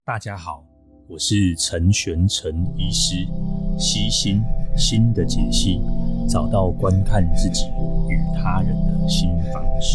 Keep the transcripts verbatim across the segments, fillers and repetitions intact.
大家好，我是陈玄陈医师，析心心的解析，找到观看自己与他人的新方式。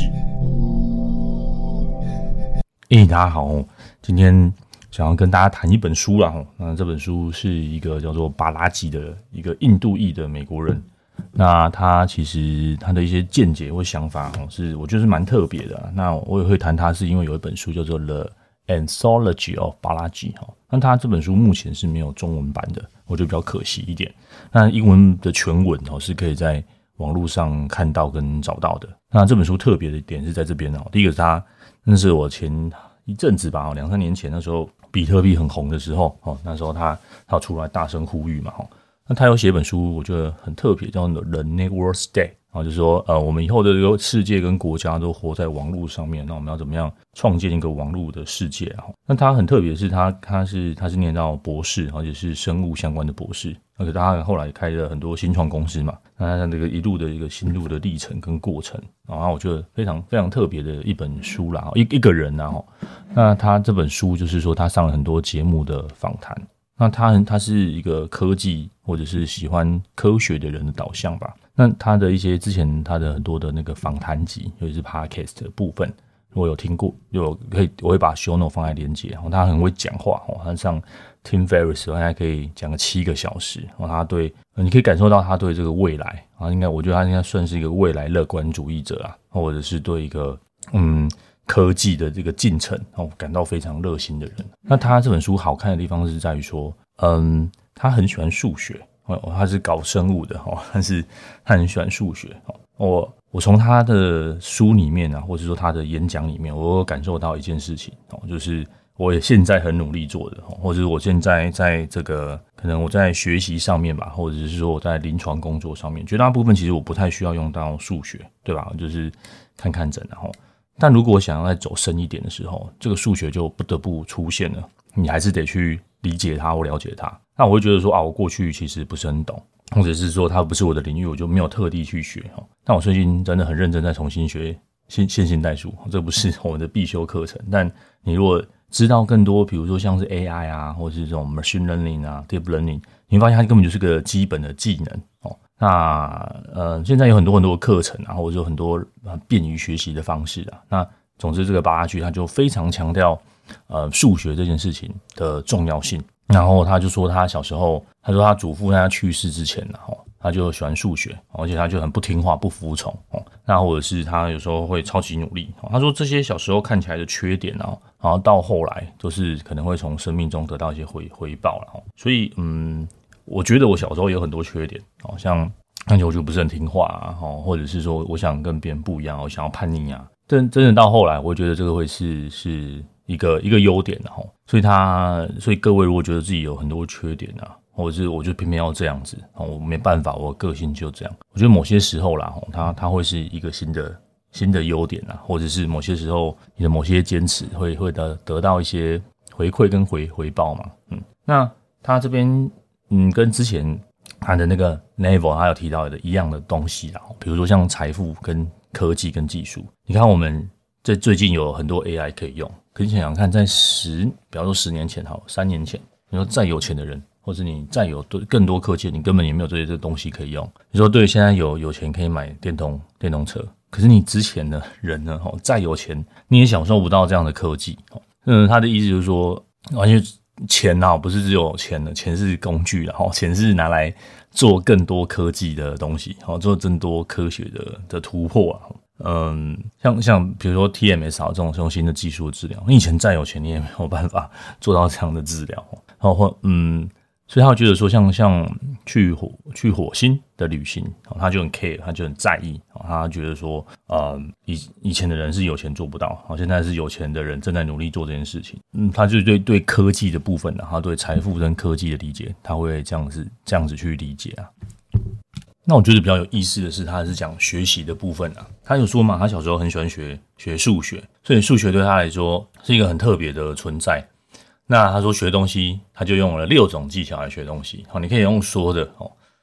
诶、欸，大家好，今天想要跟大家谈一本书啦。那这本书是一个叫做巴拉吉的一个印度裔的美国人。那他其实他的一些见解或想法是我觉得是蛮特别的。那我也会谈他，是因为有一本书叫做 The Anthology of Balaji。那他这本书目前是没有中文版的，我觉得比较可惜一点。那英文的全文是可以在网络上看到跟找到的。那这本书特别的点是在这边，第一个是他那是我前一阵子吧，两三年前那时候比特币很红的时候，那时候他他出来大声呼吁嘛。那他有写一本书，我觉得很特别，叫做 The Network State， 就是说，呃，我们以后的这个世界跟国家都活在网络上面，那我们要怎么样创建一个网络的世界啊？那他很特别的是他，他是他是念到博士，而且是生物相关的博士，而且他后来开了很多新创公司嘛。那他这个一路的一个心路的历程跟过程，然后我觉得非常非常特别的一本书啦，一一个人啊。那他这本书就是说，他上了很多节目的访谈。那他他是一个科技或者是喜欢科学的人的导向吧。那他的一些之前他的很多的那个访谈集，尤其是 podcast 的部分，如果有听过，有可以我会把 show note 放在连结。他很会讲话，他上 Tim Ferriss 他还可以讲个七个小时。他对你可以感受到他对这个未来啊，应该我觉得他应该算是一个未来乐观主义者啊，或者是对一个嗯。科技的这个进程感到非常热心的人。那他这本书好看的地方是在于说，嗯，他很喜欢数学，他是搞生物的，但是他很喜欢数学。我我从他的书里面啊，或者说他的演讲里面，我有感受到一件事情，就是我也现在很努力做的，或者是我现在在这个可能我在学习上面吧，或者是说我在临床工作上面，绝大部分其实我不太需要用到数学，对吧？就是看看诊，然后。但如果我想要再走深一点的时候，这个数学就不得不出现了，你还是得去理解它或了解它。那我会觉得说啊，我过去其实不是很懂，或者是说它不是我的领域，我就没有特地去学。但我最近真的很认真在重新学线性代数，这不是我们的必修课程。但你如果知道更多，比如说像是 A I 啊，或者是这种 machine learning 啊 deep learning， 你会发现它根本就是个基本的技能哦。那呃，现在有很多很多的课程啊，或者说很多便于学习的方式啊。那总之，这个巴拉吉他就非常强调呃数学这件事情的重要性。然后他就说，他小时候，他说他祖父在他去世之前，然后他就喜欢数学，而且他就很不听话、不服从哦。那或者是他有时候会超级努力。他说这些小时候看起来的缺点啊，然后到后来都是可能会从生命中得到一些回回报了。所以嗯。我觉得我小时候有很多缺点，像看起来我就不是很听话啊，或者是说我想跟别人不一样，我想要叛逆啊。真真的到后来，我觉得这个会是是一个一个优点的。所以他，所以各位如果觉得自己有很多缺点啊，或者是我就偏偏要这样子，我没办法，我个性就这样。我觉得某些时候啦，它它会是一个新的新的优点啊，或者是某些时候你的某些坚持会会得得到一些回馈跟回回报嘛。嗯，那他这边。嗯，跟之前他的那个 Naval 他有提到的一样的东西啦，比如说像财富跟科技跟技术。你看我们这最近有很多 A I 可以用，可是想想看，在十，比方说十年前好，三年前，你说再有钱的人，或者你再有更多科技，你根本也没有这些这东西可以用。你说对，现在有有钱可以买电动电动车，可是你之前的人呢，再有钱你也享受不到这样的科技。嗯，他的意思就是说，完全。钱啊，不是只有钱的，钱是工具啦，钱是拿来做更多科技的东西，做更多科学的的突破啊。嗯，像像比如说 T M S 这种这种新的技术的治疗，你以前再有钱，你也没有办法做到这样的治疗。然后或嗯，所以他会觉得说像，像像去火去火星的旅行，他就很 care， 他就很在意，他觉得说，呃，以以前的人是有钱做不到，现在是有钱的人正在努力做这件事情。嗯，他就对对科技的部分呢，他对财富跟科技的理解，他会这样子这样子去理解啊。那我觉得比较有意思的是，他是讲学习的部分啊。他有说嘛，他小时候很喜欢学学数学，所以数学对他来说是一个很特别的存在。那他说学东西，他就用了六种技巧来学东西。好，你可以用说的哦，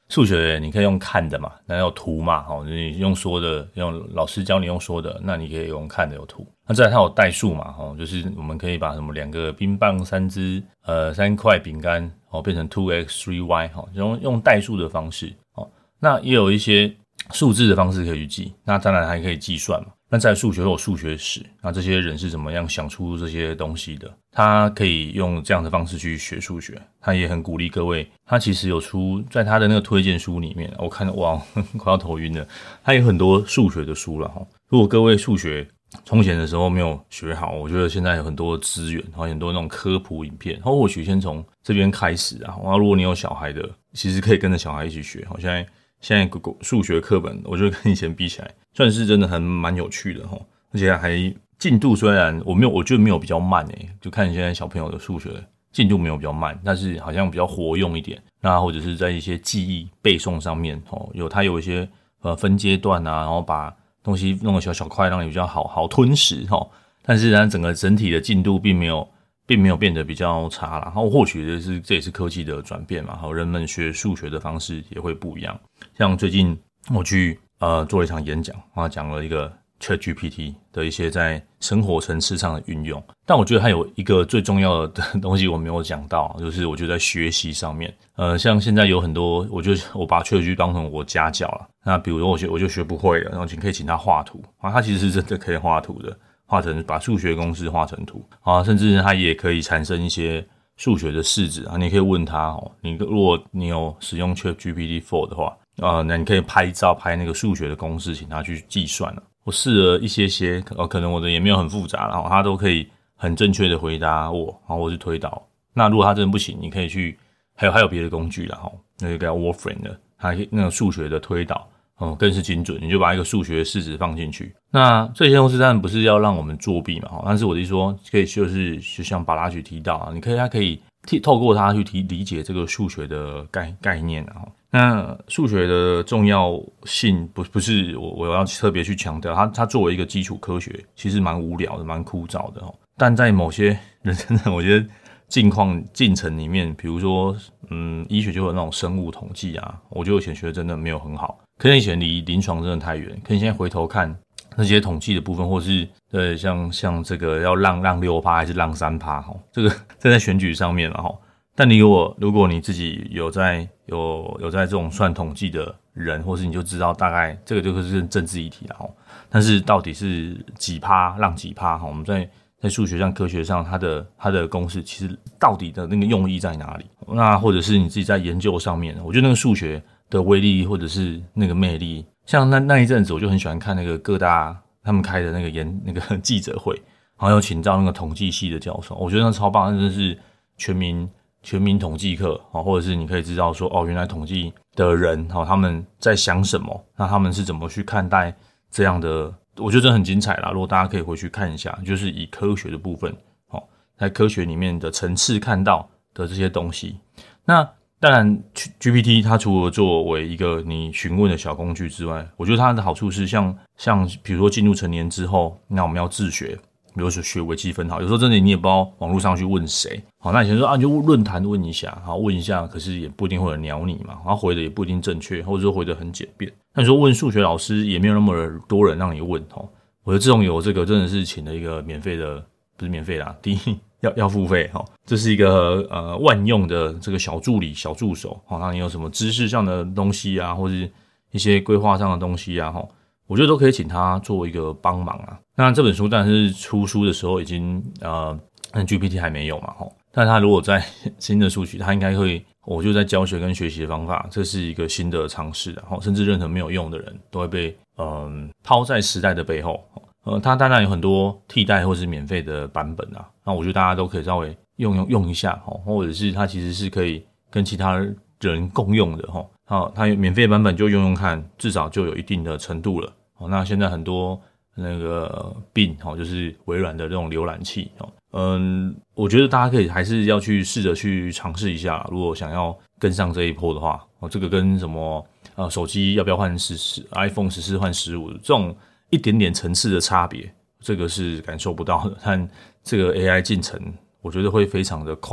数学你可以用看的嘛，那有图嘛，哦，你用说的，用老师教你用说的，那你可以用看的有图。那再来它有代数嘛，哦，就是我们可以把什么两个冰棒、三只呃三块饼干哦变成 two x three y 哈，用用代数的方式哦。那也有一些数字的方式可以去记，那当然还可以计算嘛。那在数学有数学史，那这些人是怎么样想出这些东西的？他可以用这样的方式去学数学，他也很鼓励各位。他其实有出在他的那个推荐书里面，我看到哇，快要头晕了。他有很多数学的书了哈。如果各位数学从前的时候没有学好，我觉得现在有很多资源，然后很多那种科普影片，然后或许先从这边开始啊。然后如果你有小孩的，其实可以跟着小孩一起学。好，现在现在数学课本，我觉得跟以前比起来，算是真的很蛮有趣的哈。而且还进度虽然我没有，我觉得没有比较慢诶、欸，就看现在小朋友的数学进度没有比较慢，但是好像比较活用一点。那或者是在一些记忆背诵上面哦，有它有一些呃分阶段啊，然后把东西弄个小小块，让你比较好好吞噬哈。但是呢，整个整体的进度并没有并没有变得比较差啦。然后或许就是这也是科技的转变嘛，好，人们学数学的方式也会不一样。像最近我去呃做了一场演讲，然后讲了一个 ChatGPT 的一些在生活层次上的运用，但我觉得它有一个最重要的东西我没有讲到，就是我觉得在学习上面，呃，像现在有很多，我就我把 ChatGPT 当成我家教了。那比如说我学我就学不会了，然后请可以请他画图啊，他其实是真的可以画图的，画成把数学公式画成图啊，甚至它也可以产生一些数学的式子啊，你可以问他哦，你如果你有使用 ChatGPT 四 的话，呃，那你可以拍照拍那个数学的公式，请他去计算了。我试了一些些，呃，可能我的也没有很复杂，然后他都可以很正确的回答我，然后我是推导。那如果他真的不行，你可以去，还有还有别的工具啦，哈，那个叫 Warframe 的，它那个数学的推导，哦，更是精准，你就把一个数学式子放进去。那这些东西当然不是要让我们作弊嘛，哈，但是我的意思说，可以就是就像巴拉举提到啊，你可以他可以透过它去提理解这个数学的概概念啊。那数学的重要性不不是我我要特别去强调，它它作为一个基础科学，其实蛮无聊的，蛮枯燥的哦。但在某些人生的我觉得境况进程里面，比如说嗯，医学就有那种生物统计啊，我觉得以前学的真的没有很好，可能以前离临床真的太远，可能现在回头看那些统计的部分，或是对像像这个要让让 百分之六 还是让 百分之三 齁，这个这在选举上面了齁。但你如果如果你自己有在有有在这种算统计的人，或是你就知道大概这个就是政治议题啦齁。但是到底是几趴让几趴齁，我们在在数学上科学上它的它的公式其实到底的那个用意在哪里？那或者是你自己在研究上面，我觉得那个数学的威力或者是那个魅力，像那那一阵子我就很喜欢看那个各大他们开的那个研那个记者会，然后有请到那个统计系的教授，我觉得那超棒，那真的是全民全民统计课，或者是你可以知道说哦，原来统计的人他们在想什么，那他们是怎么去看待这样的，我觉得真的很精彩啦。如果大家可以回去看一下，就是以科学的部分在科学里面的层次看到的这些东西。那当然 G P T 它除了作为一个你询问的小工具之外，我觉得它的好处是像像比如说进入成年之后，那我们要自学，比如说学微积分好，有时候真的你也不知道网络上去问谁，好，那以前说啊，你就论坛问一下，好，问一下，可是也不一定会有人鸟你嘛，然后回的也不一定正确，或者说回的很简便。那你说问数学老师也没有那么多人让你问，哦，我觉得自从有这个真的是请了一个免费的，不是免费啦，第一要要付费，哦，这是一个呃万用的这个小助理、小助手，好，那你有什么知识上的东西啊，或是一些规划上的东西啊，哈。我觉得都可以请他做一个帮忙啊。那这本书当然是出书的时候已经呃 G P T 还没有嘛，齁，但他如果在新的书曲，他应该会，我就在教学跟学习的方法，这是一个新的尝试的，甚至任何没有用的人都会被嗯、呃、抛在时代的背后。呃，它当然有很多替代或是免费的版本啊，那我觉得大家都可以稍微用用用一下，或者是它其实是可以跟其他人共用的齁。好，它有免费版本就用用看，至少就有一定的程度了。好，那现在很多那个 Bing 齁，就是微软的这种浏览器，嗯，我觉得大家可以还是要去试着去尝试一下，如果想要跟上这一波的话，哦，这个跟什么呃手机要不要换十四 iPhone 十四换十五这种一点点层次的差别，这个是感受不到的。但这个 A I 进程，我觉得会非常的快啦。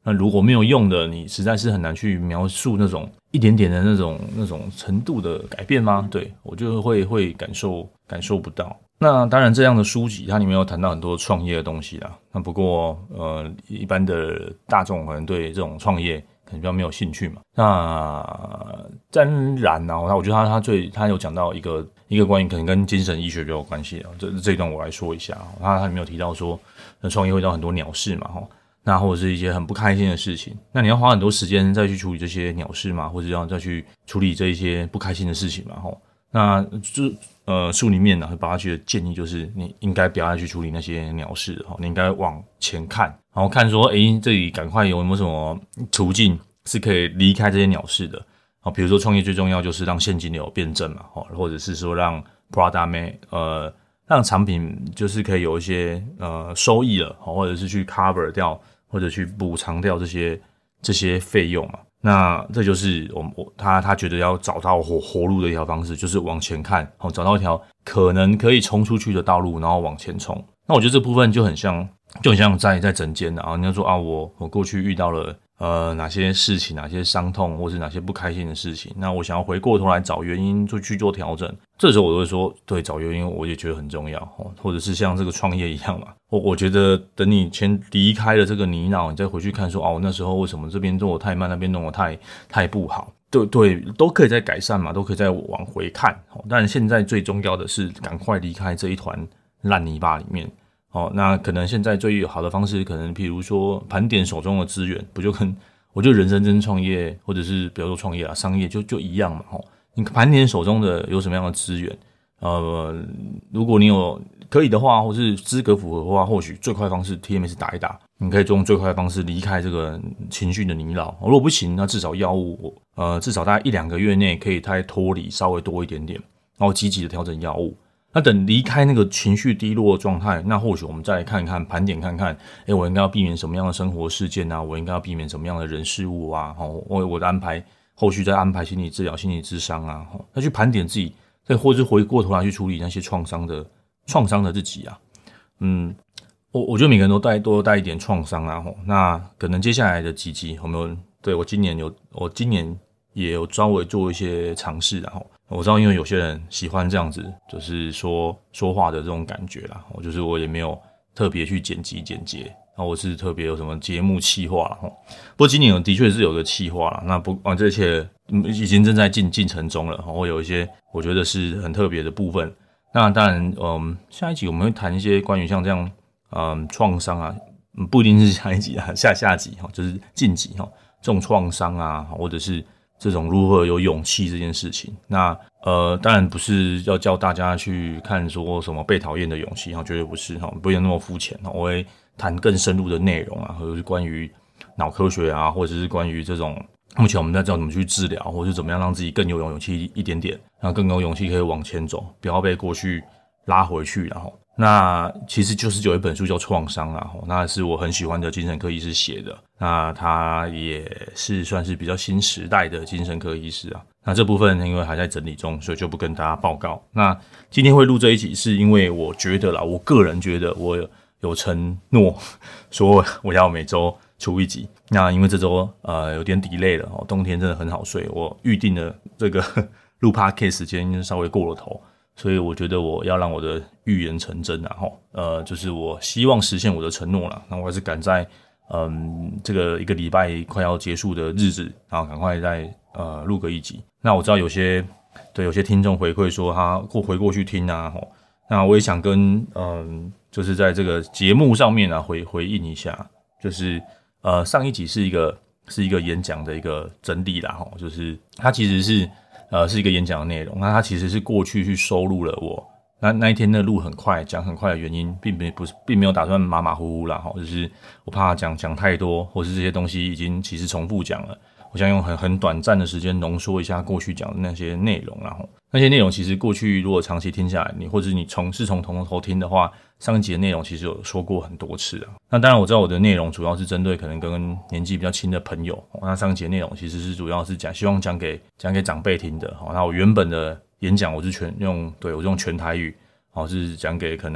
那如果没有用的，你实在是很难去描述那种一点点的那种那种程度的改变吗？对，我就会会感受感受不到。那当然，这样的书籍它里面有谈到很多创业的东西啦。那不过呃，一般的大众可能对这种创业可能比较没有兴趣嘛。那詹然啊，我觉得他他最他有讲到一个一个关于可能跟精神医学比较有关系的，这这一段我来说一下。他他里面有提到说，那创业会遇到很多鸟事嘛，哈。那或者是一些很不开心的事情，那你要花很多时间再去处理这些鸟事嘛，或者要再去处理这一些不开心的事情嘛，吼。那就呃书里面呢会把他觉得建议就是，你应该不要再去处理那些鸟事，吼，你应该往前看，然后看说，诶，这里赶快有没有什么途径是可以离开这些鸟事的，好，比如说创业最重要就是让现金流变正嘛，吼，或者是说让 product 呃让产品就是可以有一些呃收益了，或者是去 cover 掉。或者去补偿掉这些这些费用嘛，那这就是我我他他觉得要找到活活路的一条方式，就是往前看，好，找到一条可能可以冲出去的道路，然后往前冲。那我觉得这部分就很像，就很像在在诊间啊，你要说啊，我我过去遇到了呃哪些事情，哪些伤痛，或是哪些不开心的事情，那我想要回过头来找原因，就去做调整。这时候我都会说，对，找原因我也觉得很重要，或者是像这个创业一样嘛，我我觉得等你先离开了这个泥淖，你再回去看说，哦，那时候为什么这边弄得太慢，那边弄得太太不好，对对，都可以再改善嘛，都可以再往回看。但现在最重要的是赶快离开这一团烂泥巴里面。哦，那可能现在最好的方式，可能譬如说盘点手中的资源，不就跟我觉得人生真创业，或者是比如说创业啊、商业就就一样嘛。哦，你盘点手中的有什么样的资源，呃，如果你有可以的话，或是资格符合的话，或许最快方式 T M S 打一打，你可以用最快的方式离开这个情绪的泥淖。如果不行，那至少药物，呃，至少大概一两个月内可以太脱离稍微多一点点，然后积极的调整药物。那等离开那个情绪低落的状态，那或许我们再来看一看盘点看看，诶，我应该要避免什么样的生活事件啊？我应该要避免什么样的人事物啊？哦，我我的安排后续再安排心理治疗、心理咨商啊，哦，那去盘点自己，再或者是回过头来去处理那些创伤的创伤的自己啊。嗯，我我觉得每个人都带都带一点创伤啊，吼，那可能接下来的几集有没有？对，我今年有，我今年也有稍微做一些尝试，然后。我知道，因为有些人喜欢这样子，就是说说话的这种感觉啦。我就是我也没有特别去剪辑剪接，然后我是特别有什么节目企划啦。不过今年的确是有个企划啦，那不啊，这些已经正在进进程中了。会有一些我觉得是很特别的部分。那当然，嗯，下一集我们会谈一些关于像这样，嗯，创伤啊，不一定是下一集啊，下下集哈，就是近集哈，这种创伤啊，或者是。这种如何有勇气这件事情，那呃，当然不是要教大家去看说什么被讨厌的勇气，绝对不是哈，不要那么肤浅。我会谈更深入的内容啊，或者是关于脑科学啊，或者是关于这种目前我们在教怎么去治疗，或者是怎么样让自己更有勇气一点点，然后更有勇气可以往前走，不要被过去拉回去，然后。那其实就是有一本书叫《创伤》啦，那是我很喜欢的精神科医师写的，那他也是算是比较新时代的精神科医师啊。那这部分因为还在整理中，所以就不跟大家报告。那今天会录这一集，是因为我觉得啦，我个人觉得我有有承诺说我要每周出一集。那因为这周呃有点 delay 了，冬天真的很好睡，我预定的这个录 podcast 时间稍微过了头。所以我觉得我要让我的预言成真啊，吼，呃，就是我希望实现我的承诺啦。那我还是赶在嗯这个一个礼拜快要结束的日子，然后赶快再呃录个一集。那我知道有些对有些听众回馈说他过回过去听啊，吼，那我也想跟嗯就是在这个节目上面啊回回应一下，就是呃上一集是一个是一个演讲的一个整理啦，吼，就是它其实是。呃，是一个演讲的内容，那它其实是过去去收录了我那那一天的录很快，讲很快的原因，并不是并没有打算马马虎虎啦，就是我怕讲讲太多，或是这些东西已经其实重复讲了，我想用很很短暂的时间浓缩一下过去讲的那些内容，然后那些内容其实过去如果长期听下来，你或者你从是从从头听的话，上一集的内容其实有说过很多次啊。那当然我知道我的内容主要是针对可能跟年纪比较轻的朋友，那上一集的内容其实是主要是讲希望讲给讲给长辈听的。那我原本的演讲我是全用对我是用全台语，是讲给可能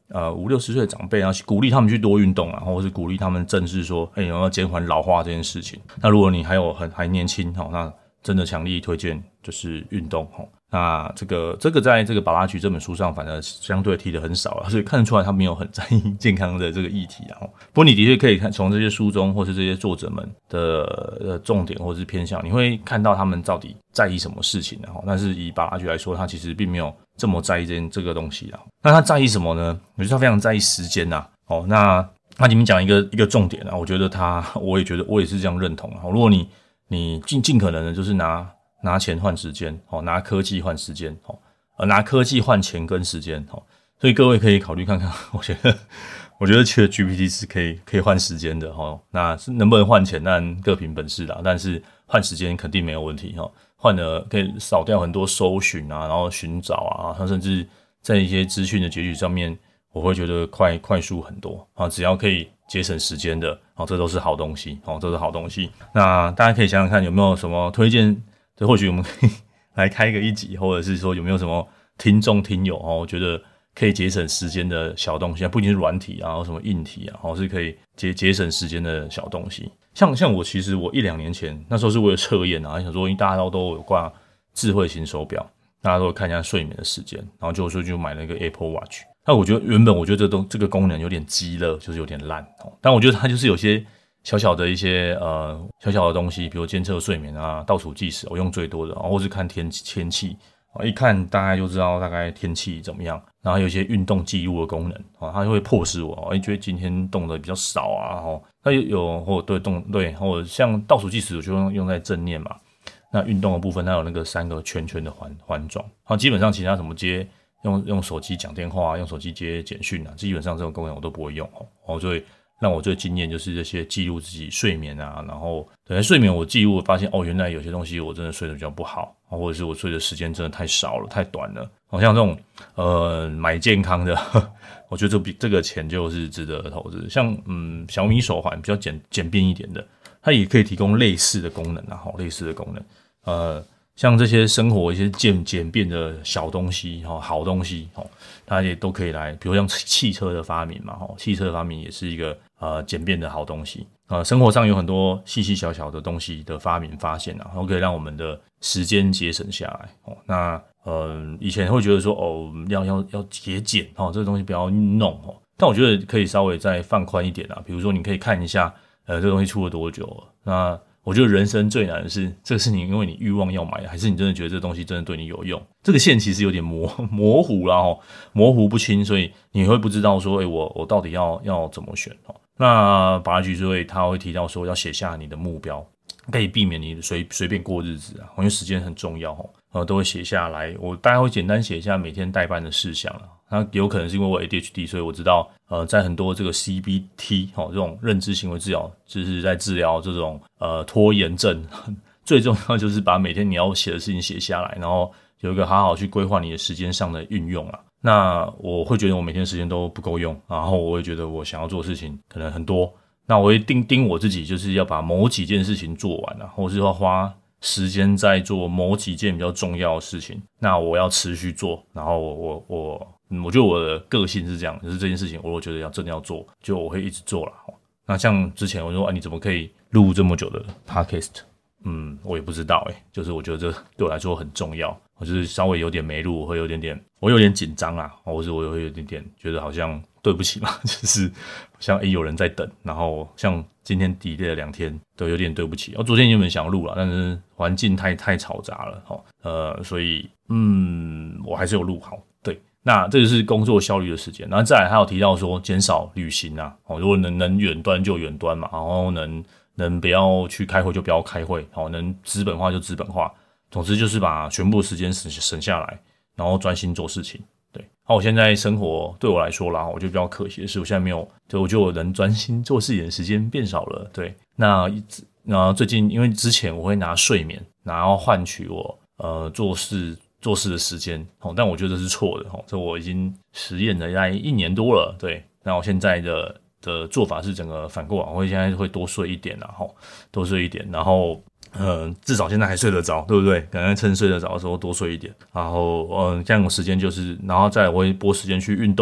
呃五六十岁的长辈，然后鼓励他们去多运动啊，或者是鼓励他们正视说，哎、欸，有没有减缓老化这件事情。那如果你还有很还年轻，好，那真的强力推荐就是运动齁。那这个这个在这个巴拉菊这本书上，反而相对提的很少了，所以看得出来他没有很在意健康的这个议题啊。不过你的确可以看从这些书中，或是这些作者们的的重点或是偏向，你会看到他们到底在意什么事情的齁。但是以巴拉菊来说，他其实并没有这么在意这件这个东西啊。那他在意什么呢？我觉得他非常在意时间呐。哦，那他里面讲一个一个重点啊，我觉得他我也觉得我也是这样认同啊。如果你你尽尽可能的就是拿拿钱换时间，哦，拿科技换时间，哦，呃，拿科技换钱跟时间，哦，所以各位可以考虑看看，我觉得，我觉得 ChatGPT 是可以可以换时间的，哦，那是能不能换钱，但各凭本事啦，但是换时间肯定没有问题，哦，换了可以少掉很多搜寻啊，然后寻找啊，甚至在一些资讯的截取上面，我会觉得快快速很多啊，只要可以节省时间的，哦，这都是好东西，哦，这都是好东西。那大家可以想想看，有没有什么推荐？这或许我们可以来开个一集，或者是说有没有什么听众听友哦，我觉得可以节省时间的小东西，不一定是软体啊，或什么硬体啊，或是可以节节省时间的小东西。像像我其实我一两年前那时候是为了测验啊，想说因为大家都有挂智慧型手表，大家都会看一下睡眠的时间，然后就说就买了一个 Apple Watch。那我觉得原本我觉得这东这个功能有点鸡肋，就是有点烂哦，但我觉得它就是有些小小的一些呃小小的东西，比如监测睡眠啊、倒数计时，我用最多的，或是看天天气，一看大概就知道大概天气怎么样。然后有一些运动记录的功能，它就会迫使我，哎，觉得今天动的比较少啊，哦，它有有或对动对，或者像倒数计时，我就用用在正念嘛。那运动的部分，它有那个三个圈圈的环环状，好，基本上其他什么接用用手机讲电话、用手机接简讯啊，基本上这种功能我都不会用哦，所以。让我最惊艳就是这些记录自己睡眠啊，然后对睡眠我记录，我发现哦，原来有些东西我真的睡得比较不好，或者是我睡的时间真的太少了，太短了。好像这种呃买健康的，呵呵我觉得这比这个钱就是值得投资。像嗯小米手环比较简简便一点的，它也可以提供类似的功能啊，好类似的功能。呃，像这些生活一些简简便的小东西，哈，好东西，哈，它也都可以来，比如像汽车的发明嘛，哈，汽车的发明也是一个。呃，简便的好东西，呃，生活上有很多细细小小的东西的发明发现啊，然后可以让我们的时间节省下来。哦，那呃，以前会觉得说，哦，要要要节俭，哦，这个东西不要弄哦，但我觉得可以稍微再放宽一点啊，比如说你可以看一下，呃，这个东西出了多久了。那我觉得人生最难的是，这个是你因为你欲望要买的，还是你真的觉得这个东西真的对你有用？这个线其实有点模模糊啦，哦，模糊不清，所以你会不知道说，诶，我我到底要要怎么选哦。那巴拉菊之会他会提到说要写下你的目标，可以避免你随随便过日子啊，因为时间很重要哦，呃，都会写下来。我大概会简单写一下每天代办的事项啦。那有可能是因为我 A D H D， 所以我知道，呃，在很多这个 C B T 哦这种认知行为治疗，就是在治疗这种呃拖延症，最重要就是把每天你要写的事情写下来，然后有一个好好去规划你的时间上的运用啊。那我会觉得我每天时间都不够用，然后我会觉得我想要做的事情可能很多，那我会定定我自己就是要把某几件事情做完啊，或是要花时间在做某几件比较重要的事情，那我要持续做，然后我我我、嗯、我觉得我的个性是这样，就是这件事情我如果觉得要真的要做，就我会一直做啦。那像之前我说啊，你怎么可以录这么久的 podcast？ 嗯，我也不知道诶、欸、就是我觉得这对我来说很重要，我就是稍微有点没录，我会有点点，我有点紧张啊，或是我会有点点觉得好像对不起嘛，就是好像诶有人在等，然后像今天delay了两天，都有点对不起。我、哦、昨天原本想录啦，但是环境太太嘈杂了，齁，呃，所以嗯，我还是有录好。对，那这就是工作效率的时间。然后再来还有提到说减少旅行啊，哦，如果能能远端就远端嘛，然后能能不要去开会就不要开会，好，能资本化就资本化。总之就是把全部的时间省省下来，然后专心做事情。对，好，我现在生活对我来说啦，我觉得比较可惜的是，我现在没有，对，我觉得我能专心做事情的时间变少了。对，那那最近因为之前我会拿睡眠，然后换取我呃做事做事的时间，哦，但我觉得这是错的，哦，这我已经实验了大概一年多了。对，那我现在的的做法是整个反过来，我现在会多睡一点啦，吼，多睡一点，然后。呃，至少现在还睡得着，对不对？赶快趁睡得着的时候多睡一点，然后，嗯、呃，这样的时间就是，然后再来我会拨时间去运动嘛。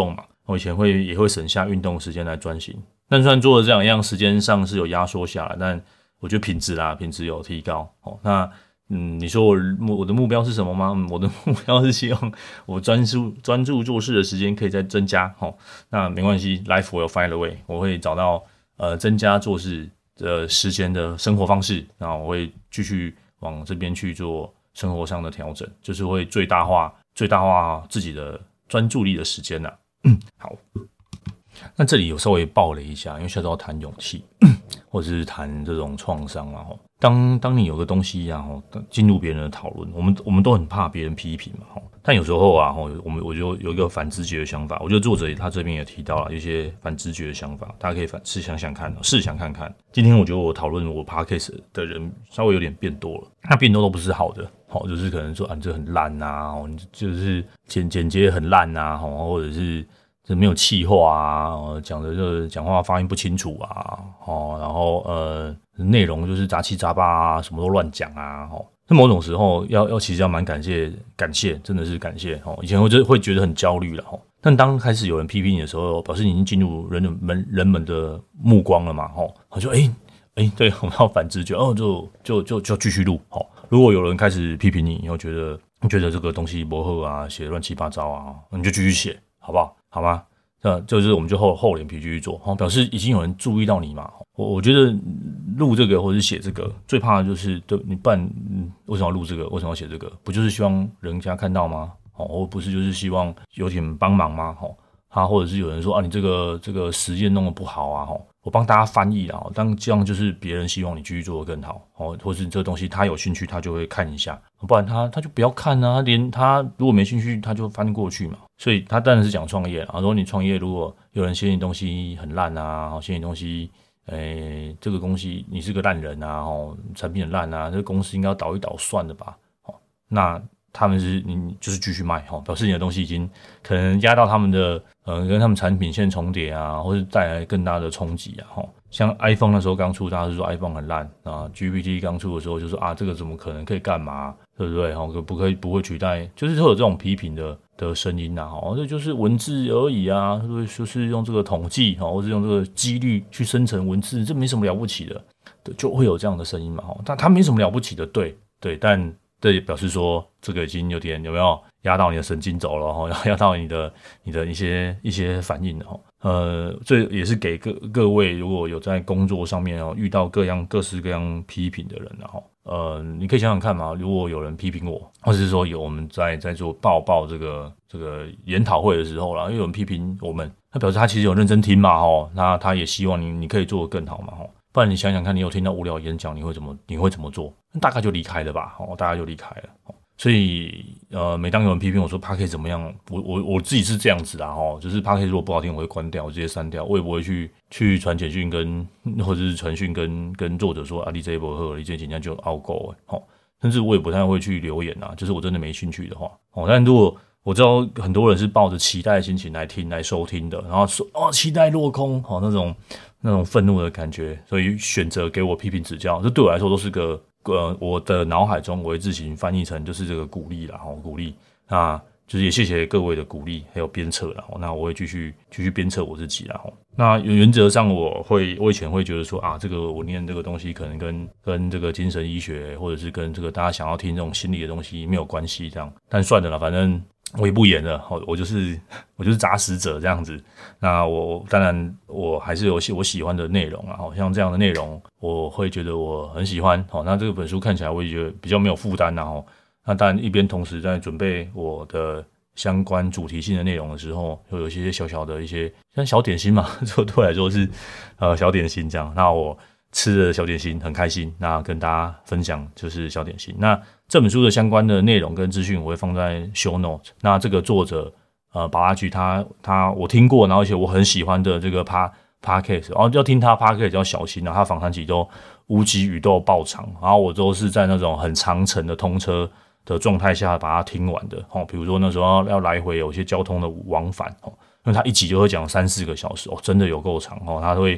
我以前会也会省下运动时间来专心，但虽然做的这两样时间上是有压缩下来，但我觉得品质啦，品质有提高。哦，那嗯，你说我我的目标是什么吗？嗯，我的目标是希望我专注专注做事的时间可以再增加。哦，那没关系 ，Life will find a way， 我会找到呃增加做事的时间的生活方式，然后我会继续往这边去做生活上的调整，就是会最大化最大化自己的专注力的时间呐。嗯，好，那这里有稍微爆了一下，因为下周要谈勇气，或者是谈这种创伤啦。当当你有个东西啊，进入别人的讨论，我们我们都很怕别人批评嘛。但有时候啊，我们我就有一个反直觉的想法，我觉得作者他这边也提到了一些反直觉的想法，大家可以反试想想看，试想看看。今天我觉得我讨论我 podcast 的人稍微有点变多了，那变多都不是好的，好就是可能说啊，你这很烂啊，就是剪剪接很烂啊，或者是这没有气话啊，讲的就讲话发音不清楚啊，哦，然后呃内容就是杂七杂八啊，什么都乱讲啊，哦。那某种时候要要其实要蛮感谢感谢，真的是感谢哦。以前我就会觉得很焦虑了哦，但当开始有人批评你的时候，表示你已经进入人们人们的目光了嘛哦，我就哎哎，对，我们要反直觉哦，就就就就继续录哦。如果有人开始批评你，以后觉得觉得这个东西不好啊，写乱七八糟啊，你就继续写，好不好？好吗？那就是我们就厚厚脸皮继续做，表示已经有人注意到你嘛。我我觉得录这个或者是写这个，最怕的就是对你不然、嗯、为什么要录这个？为什么要写这个？不就是希望人家看到吗？哦，或不是就是希望有点帮忙吗？哦，啊，或者是有人说啊，你这个这个实验弄得不好啊，哦，我帮大家翻译啦，当这样就是别人希望你继续做得更好，哦，或是这个东西他有兴趣，他就会看一下，不然他他就不要看啊，他连他如果没兴趣，他就翻过去嘛。所以他当然是讲创业啊，如果你创业，如果有人嫌你东西很烂啊，嫌你东西，诶，这个东西你是个烂人啊，哦，产品很烂啊，这个公司应该要倒一倒算了吧，哦，那他们是你就是继续卖，哦，表示你的东西已经可能压到他们的，呃，跟他们产品线重叠啊，或是带来更大的冲击啊，哦。像 iPhone 那时候刚出，大家是说 iPhone 很烂啊 ，G P T 刚出的时候就说啊，这个怎么可能可以干嘛，对不对？哈，不可以不会取代，就是会有这种批评的的声音呐，哦，这就是文字而已啊，就是用这个统计哈，或是用这个几率去生成文字，这没什么了不起的，对，就会有这样的声音嘛，哈，但它没什么了不起的，对对，但这也表示说这个已经有点有没有压到你的神经轴了，哈，压到你的你的一些一些反应了，哈。呃，这也是给各各位如果有在工作上面哦遇到各样各式各样批评的人，然后呃，你可以想想看嘛，如果有人批评我，或者是说有我们在在做报报这个这个研讨会的时候啦，因为有人批评我们，那表示他其实有认真听嘛，吼，那他也希望你你可以做得更好嘛，吼，不然你想想看，你有听到无聊演讲，你会怎么你会怎么做？大概就离开了吧，哦，大概就离开了。所以，呃，每当有人批评我说 Podcast 怎么样，我我我自己是这样子啦，齁，就是 Podcast 如果不好听，我会关掉，我直接删掉，我也不会去去传简讯跟或者是传讯跟跟作者说啊，你这一波喝，你这今天就 out go 齁，甚至我也不太会去留言啊，就是我真的没兴趣的话，哦，但如果我知道很多人是抱着期待的心情来听来收听的，然后说哦期待落空，哦那种那种愤怒的感觉，所以选择给我批评指教，这对我来说都是个。呃，我的脑海中我会自行翻译成就是这个鼓励啦，齁，鼓励，那就是也谢谢各位的鼓励，还有鞭策啦，那我会继续继续鞭策我自己啦，齁。那原则上我会，我以前会觉得说啊，这个我念这个东西可能跟跟这个精神医学或者是跟这个大家想要听这种心理的东西没有关系这样，但算了啦，反正我也不演了，我就是我就是杂食者这样子。那我当然我还是有我喜欢的内容啊，像这样的内容我会觉得我很喜欢。那这个本书看起来我也觉得比较没有负担啊。那当然一边同时在准备我的相关主题性的内容的时候，会有一些小小的一些像小点心嘛，这对我来说是呃小点心这样。那我吃了小点心很开心，那跟大家分享就是小点心。那这本书的相关的内容跟资讯我会放在 show note。那这个作者呃巴拉菊他他我听过，然后而且我很喜欢的这个 podcast， 然后要听他 podcast 要小心啊，他访谈集都无极宇宙爆长，然后我都是在那种很长程的通车的状态下把它听完的哦。比如说那时候要来回有一些交通的往返哦，因为他一集就会讲三四个小时哦，真的有够长哦，他会。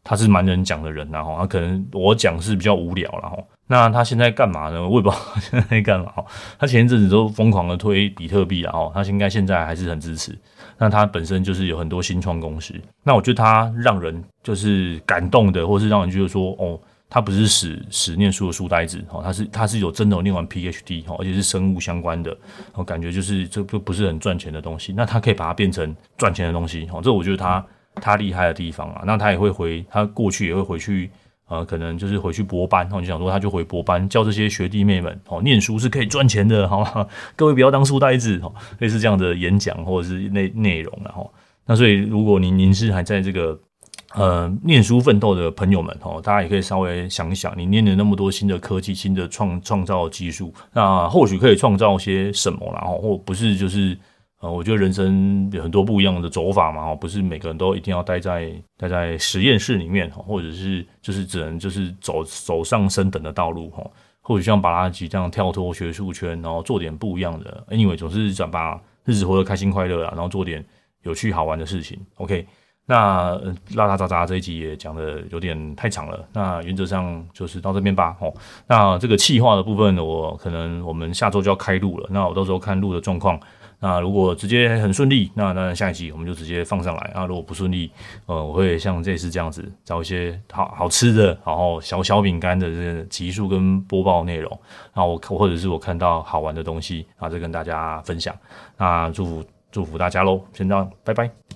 他是蛮能讲的人，然后他可能我讲是比较无聊啦齁。那他现在干嘛呢？我也不知道他现在在干嘛齁。他前一阵子都疯狂的推比特币啦齁，他应该现在还是很支持。那他本身就是有很多新创公司，那我觉得他让人就是感动的，或是让人觉得说哦。他不是死死念书的书呆子，他是他是有真的有念完 P H D， 而且是生物相关的，我感觉就是这不是很赚钱的东西，那他可以把它变成赚钱的东西，这我觉得他他厉害的地方啊。那他也会回，他过去也会回去，呃，可能就是回去博班，就想说他就回博班教这些学弟妹们，念书是可以赚钱的，好吗？各位不要当书呆子，类似这样的演讲或者是内内容，然后那所以如果您您是还在这个。呃，念书奋斗的朋友们哦，大家也可以稍微想一想，你念了那么多新的科技、新的创创造技术，那或许可以创造些什么啦？哦，或不是就是呃，我觉得人生有很多不一样的走法嘛，哦，不是每个人都一定要待在待在实验室里面，或者是就是只能就是走走上升等的道路哈。或许像巴拉吉这样跳脱学术圈，然后做点不一样的 ，anyway 总是想把日子活得开心快乐啦，然后做点有趣好玩的事情。OK。那呃拉拉杂杂这一集也讲的有点太长了，那原则上就是到这边吧。哦，那这个企划的部分，我可能我们下周就要开录了，那我到时候看录的状况。那如果直接很顺利，那当然下一集我们就直接放上来。那如果不顺利，呃，我会像这次这样子找一些好好吃的，然后小小饼干的这个集数跟播报内容，然后我或者是我看到好玩的东西，然后再跟大家分享。那祝福祝福大家喽，先这样，拜拜。